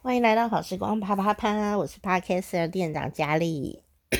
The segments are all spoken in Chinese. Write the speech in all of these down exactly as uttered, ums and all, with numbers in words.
欢迎来到好时光啪啪啪，我是 Podcaster 店长佳丽。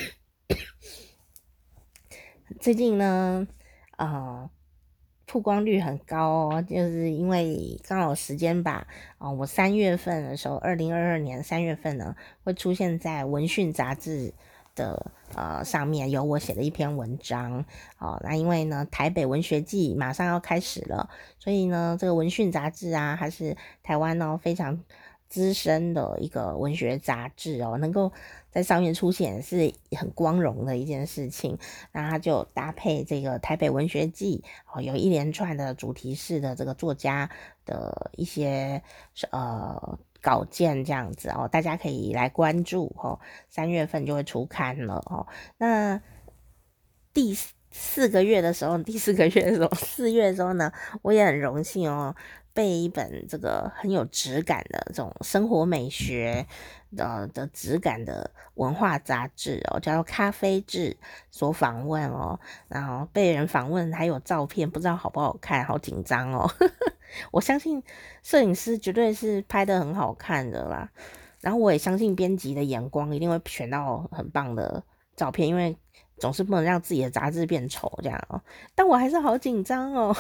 最近呢，呃，曝光率很高哦，就是因为刚好时间吧，哦、呃，我三月份的时候，二零二二年三月份呢，会出现在文讯杂志的呃上面，有我写的一篇文章哦。那因为呢，台北文学季马上要开始了，所以呢，这个文讯杂志啊，还是台湾呢非常资深的一个文学杂志哦，能够在上面出现是很光荣的一件事情。那它就搭配这个台北文学季哦，有一连串的主题式的这个作家的一些呃稿件这样子哦，大家可以来关注哦。三月份就会出刊了哦。那第四个月的时候，第四个月的时候，四月的时候呢，我也很荣幸哦，被一本这个很有质感的这种生活美学的的质感的文化杂志哦，叫做《咖啡志》所访问哦，然后被人访问还有照片，不知道好不好看，好紧张哦。我相信摄影师绝对是拍得很好看的啦，然后我也相信编辑的眼光一定会选到很棒的照片，因为总是不能让自己的杂志变丑这样哦。但我还是好紧张哦。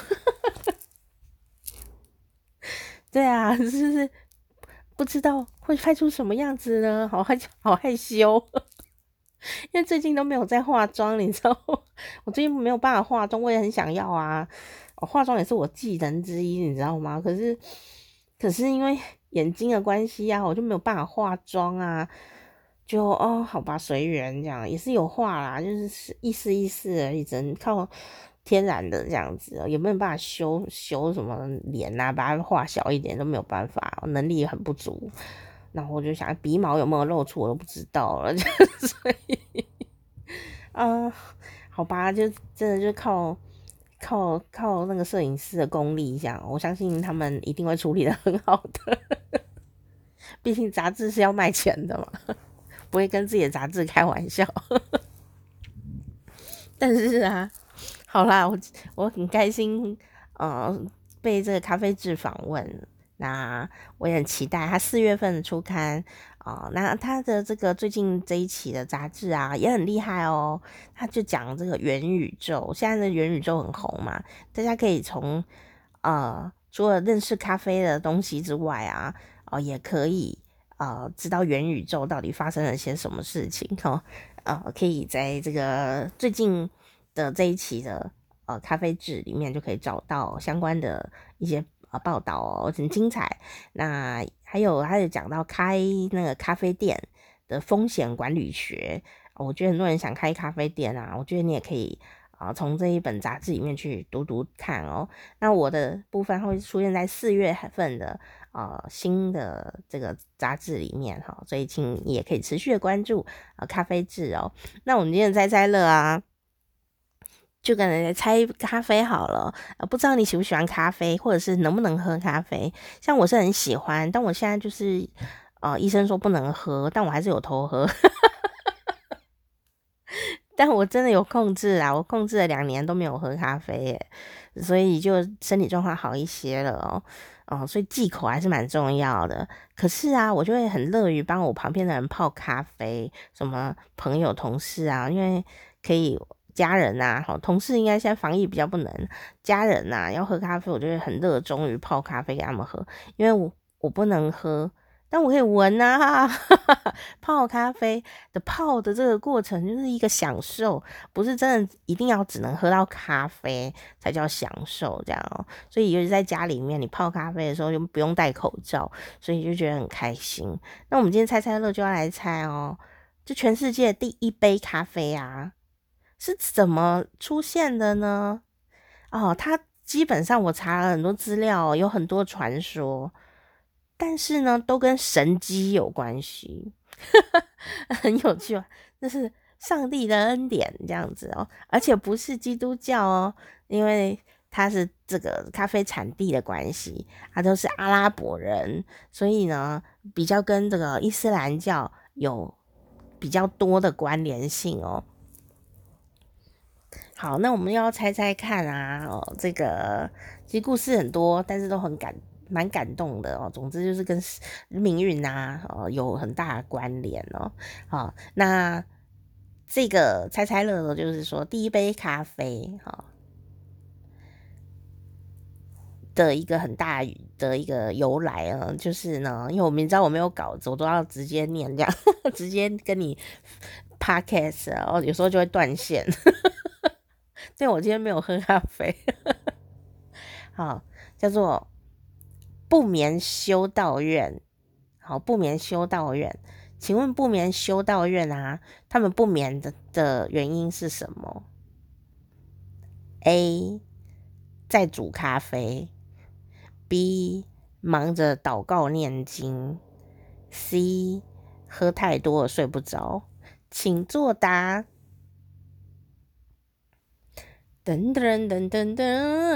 对啊，就是不知道会拍出什么样子呢，好害好害羞。因为最近都没有在化妆，你知道吗？我最近没有办法化妆，我也很想要啊。哦、化妆也是我技能之一，你知道吗？可是，可是因为眼睛的关系啊，我就没有办法化妆啊。就哦，好吧，随缘这样，也是有化啦，就是一丝一丝而已，只能靠天然的这样子，也没有办法修修什么脸啊，把它画小一点都没有办法，能力很不足。然后我就想，鼻毛有没有露出我都不知道了，所以，啊、呃，好吧，就真的就靠靠靠那个摄影师的功力，这样我相信他们一定会处理的很好的。毕竟杂志是要卖钱的嘛，不会跟自己的杂志开玩笑。但是啊，好啦，我我很开心，呃，被这个咖啡志访问，那我也很期待他四月份出刊啊、呃。那他的这个最近这一期的杂志啊，也很厉害哦。他就讲这个元宇宙，现在的元宇宙很红嘛，大家可以从呃除了认识咖啡的东西之外啊，哦、呃，也可以呃知道元宇宙到底发生了些什么事情哦。呃，可以在这个最近的这一期的呃咖啡志里面就可以找到相关的一些呃报道哦，很精彩。那还有还有讲到开那个咖啡店的风险管理学，我觉得很多人想开咖啡店啊，我觉得你也可以啊、呃、从这一本杂志里面去读读看哦。那我的部分会出现在四月份的呃新的这个杂志里面哈，所以请你也可以持续的关注啊、呃、咖啡志哦。那我们今天的猜猜乐啊，就跟人家猜咖啡好了，呃，不知道你喜不喜欢咖啡，或者是能不能喝咖啡？像我是很喜欢，但我现在就是呃医生说不能喝，但我还是有偷喝。但我真的有控制啊，我控制了两年都没有喝咖啡耶，所以就身体状况好一些了哦。哦，所以忌口还是蛮重要的。可是啊，我就会很乐于帮我旁边的人泡咖啡，什么朋友、同事啊，因为可以家人呐、啊，好，同事应该现在防疫比较不能，家人呐、啊、要喝咖啡，我就会很热衷于泡咖啡给他们喝，因为我我不能喝。但我可以闻啊，泡咖啡的泡的这个过程就是一个享受，不是真的一定要只能喝到咖啡才叫享受这样哦。所以尤其在家里面，你泡咖啡的时候就不用戴口罩，所以就觉得很开心。那我们今天猜猜乐就要来猜哦，就全世界第一杯咖啡啊是怎么出现的呢？哦，它基本上我查了很多资料哦，有很多传说。但是呢，都跟神机有关系，很有趣哦。那是上帝的恩典这样子哦，而且不是基督教哦，因为它是这个咖啡产地的关系，它都是阿拉伯人，所以呢，比较跟这个伊斯兰教有比较多的关联性哦。好，那我们要猜猜看啊，哦，这个其实故事很多，但是都很感蛮感动的哦。总之就是跟命运啊，哦，有很大的关联哦。好，那这个猜猜乐呢，就是说第一杯咖啡，哈、哦。的一个很大的一个由来啊，就是呢，因为我明知道我没有稿子，我都要直接念这样，直接跟你 podcast，然后有时候就会断线。对，我今天没有喝咖啡，好，叫做不眠修道院。好，不眠修道院，请问不眠修道院啊，他们不眠的的原因是什么？A 在煮咖啡。B 忙着祷告念经。 C 喝太多了睡不着。请作答。噔噔噔噔噔，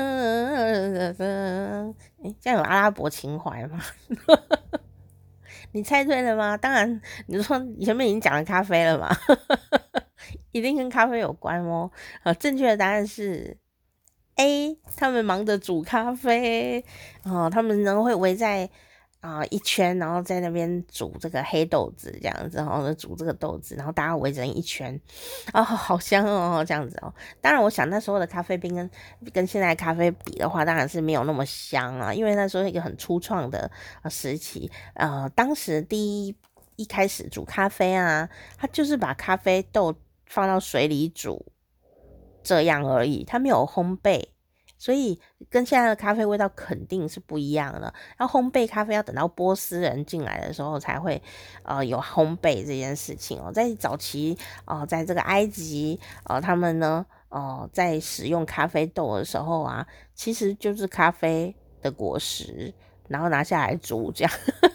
哎，这样有阿拉伯情怀吗？你猜对了吗？当然，你说你前面已经讲了咖啡了嘛，一定跟咖啡有关哦。好，正确的答案是A， 他们忙着煮咖啡，哦，他们呢会围在啊、呃、一圈，然后在那边煮这个黑豆子这样子，然后呢煮这个豆子，然后大家围成一圈，哦，好香哦，这样子哦。当然，我想那时候的咖啡冰跟跟现在咖啡比的话，当然是没有那么香啊，因为那时候一个很初创的呃时期，呃，当时第一一开始煮咖啡啊，它就是把咖啡豆放到水里煮。这样而已，它没有烘焙，所以跟现在的咖啡味道肯定是不一样的。然后烘焙咖啡要等到波斯人进来的时候才会呃有烘焙这件事情哦。在早期哦、呃，在这个埃及呃，他们呢呃在使用咖啡豆的时候啊，其实就是咖啡的果实，然后拿下来煮这样。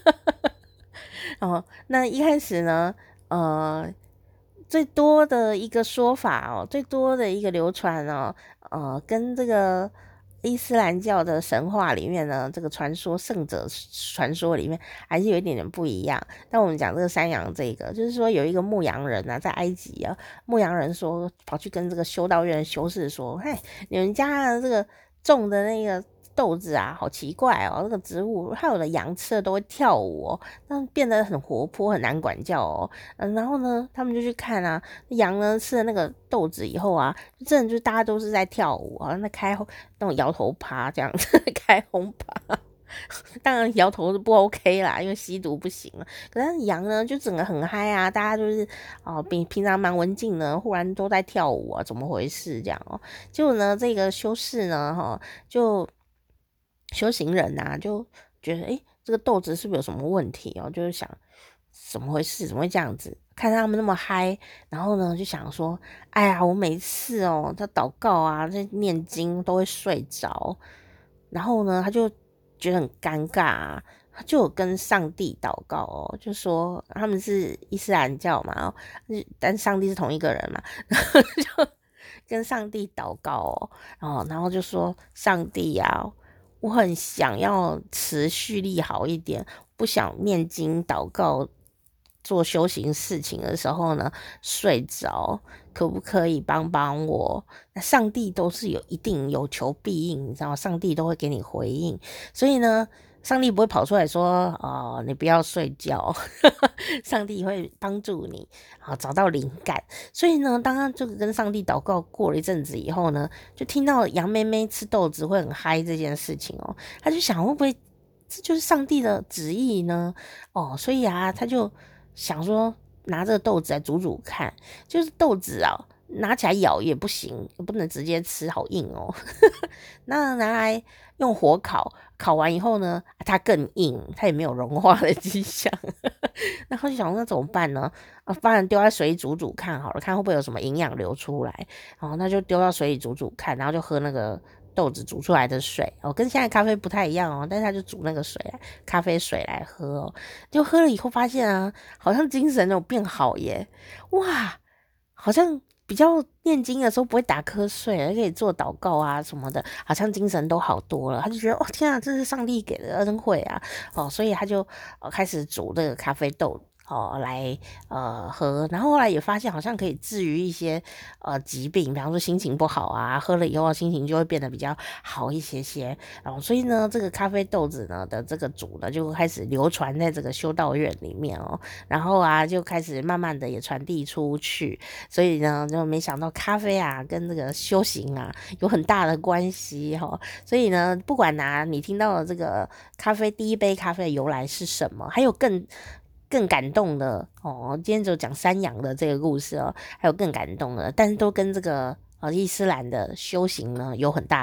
哦，那一开始呢，呃。最多的一个说法哦，最多的一个流传哦，呃，跟这个伊斯兰教的神话里面呢，这个传说圣者传说里面还是有一点点不一样。但我们讲这个山羊，这个就是说有一个牧羊人啊，在埃及啊，牧羊人说跑去跟这个修道院的修士说：“嘿，你们家的这个种的那个。”豆子啊，好奇怪哦！那个植物，它有的羊吃了都会跳舞哦，那变得很活泼，很难管教哦。嗯，然后呢，他们就去看啊，羊呢吃了那个豆子以后啊，真的就大家都是在跳舞啊，那开那种摇头趴这样子，开轰趴。当然摇头是不 OK 啦，因为吸毒不行了。可是羊呢，就整个很嗨啊，大家就是哦，比平常蛮文静呢，忽然都在跳舞啊，怎么回事这样哦？结果呢，这个修士呢，哈，就。修行人啊，就觉得诶，这个豆子是不是有什么问题哦？就是想怎么回事，怎么会这样子？看他们那么嗨，然后呢就想说，哎呀，我每次哦在祷告啊，在念经都会睡着，然后呢他就觉得很尴尬啊，他就有跟上帝祷告哦，就说他们是伊斯兰教嘛，哦，但上帝是同一个人嘛，然后就跟上帝祷告哦，然后就说上帝啊。我很想要持续力好一点，不想念经祷告做修行事情的时候呢睡着，可不可以帮帮我？那上帝都是有一定有求必应，你知道，上帝都会给你回应，所以呢。上帝不会跑出来说：“哦，你不要睡觉。”上帝会帮助你啊找到灵感。所以呢，当他这个跟上帝祷告过了一阵子以后呢，就听到杨妹妹吃豆子会很嗨这件事情哦，他就想会不会这就是上帝的旨意呢？哦，所以啊，他就想说拿这个豆子来煮煮看，就是豆子啊。拿起来咬也不行，不能直接吃，好硬哦。那拿来用火烤，烤完以后呢，它更硬，它也没有融化的迹象。然后就想那怎么办呢？啊，不然丢在水里煮煮看好了，看会不会有什么营养流出来。然后那就丢到水里煮煮看，然后就喝那个豆子煮出来的水哦，跟现在咖啡不太一样哦，但是他就煮那个水来，咖啡水来喝哦。就喝了以后发现啊，好像精神有变好耶，哇，好像。比较念经的时候不会打瞌睡，可以做祷告啊什么的，好像精神都好多了。他就觉得哦天啊，这是上帝给的恩惠啊，哦，所以他就、哦、开始煮这个咖啡豆， 哦来呃喝，然后后来也发现好像可以治愈一些呃疾病，比方说心情不好啊，喝了以后心情就会变得比较好一些些。然后所以呢，这个咖啡豆子呢的这个煮呢就开始流传在这个修道院里面哦，然后啊就开始慢慢的也传递出去，所以呢就没想到咖啡啊跟这个修行啊有很大的关系哈、哦。所以呢，不管啊你听到了这个咖啡第一杯咖啡的由来是什么，还有更更感动的哦，今天就讲山羊的这个故事哦，还有更感动的，但是都跟这个呃伊斯兰的修行呢有很大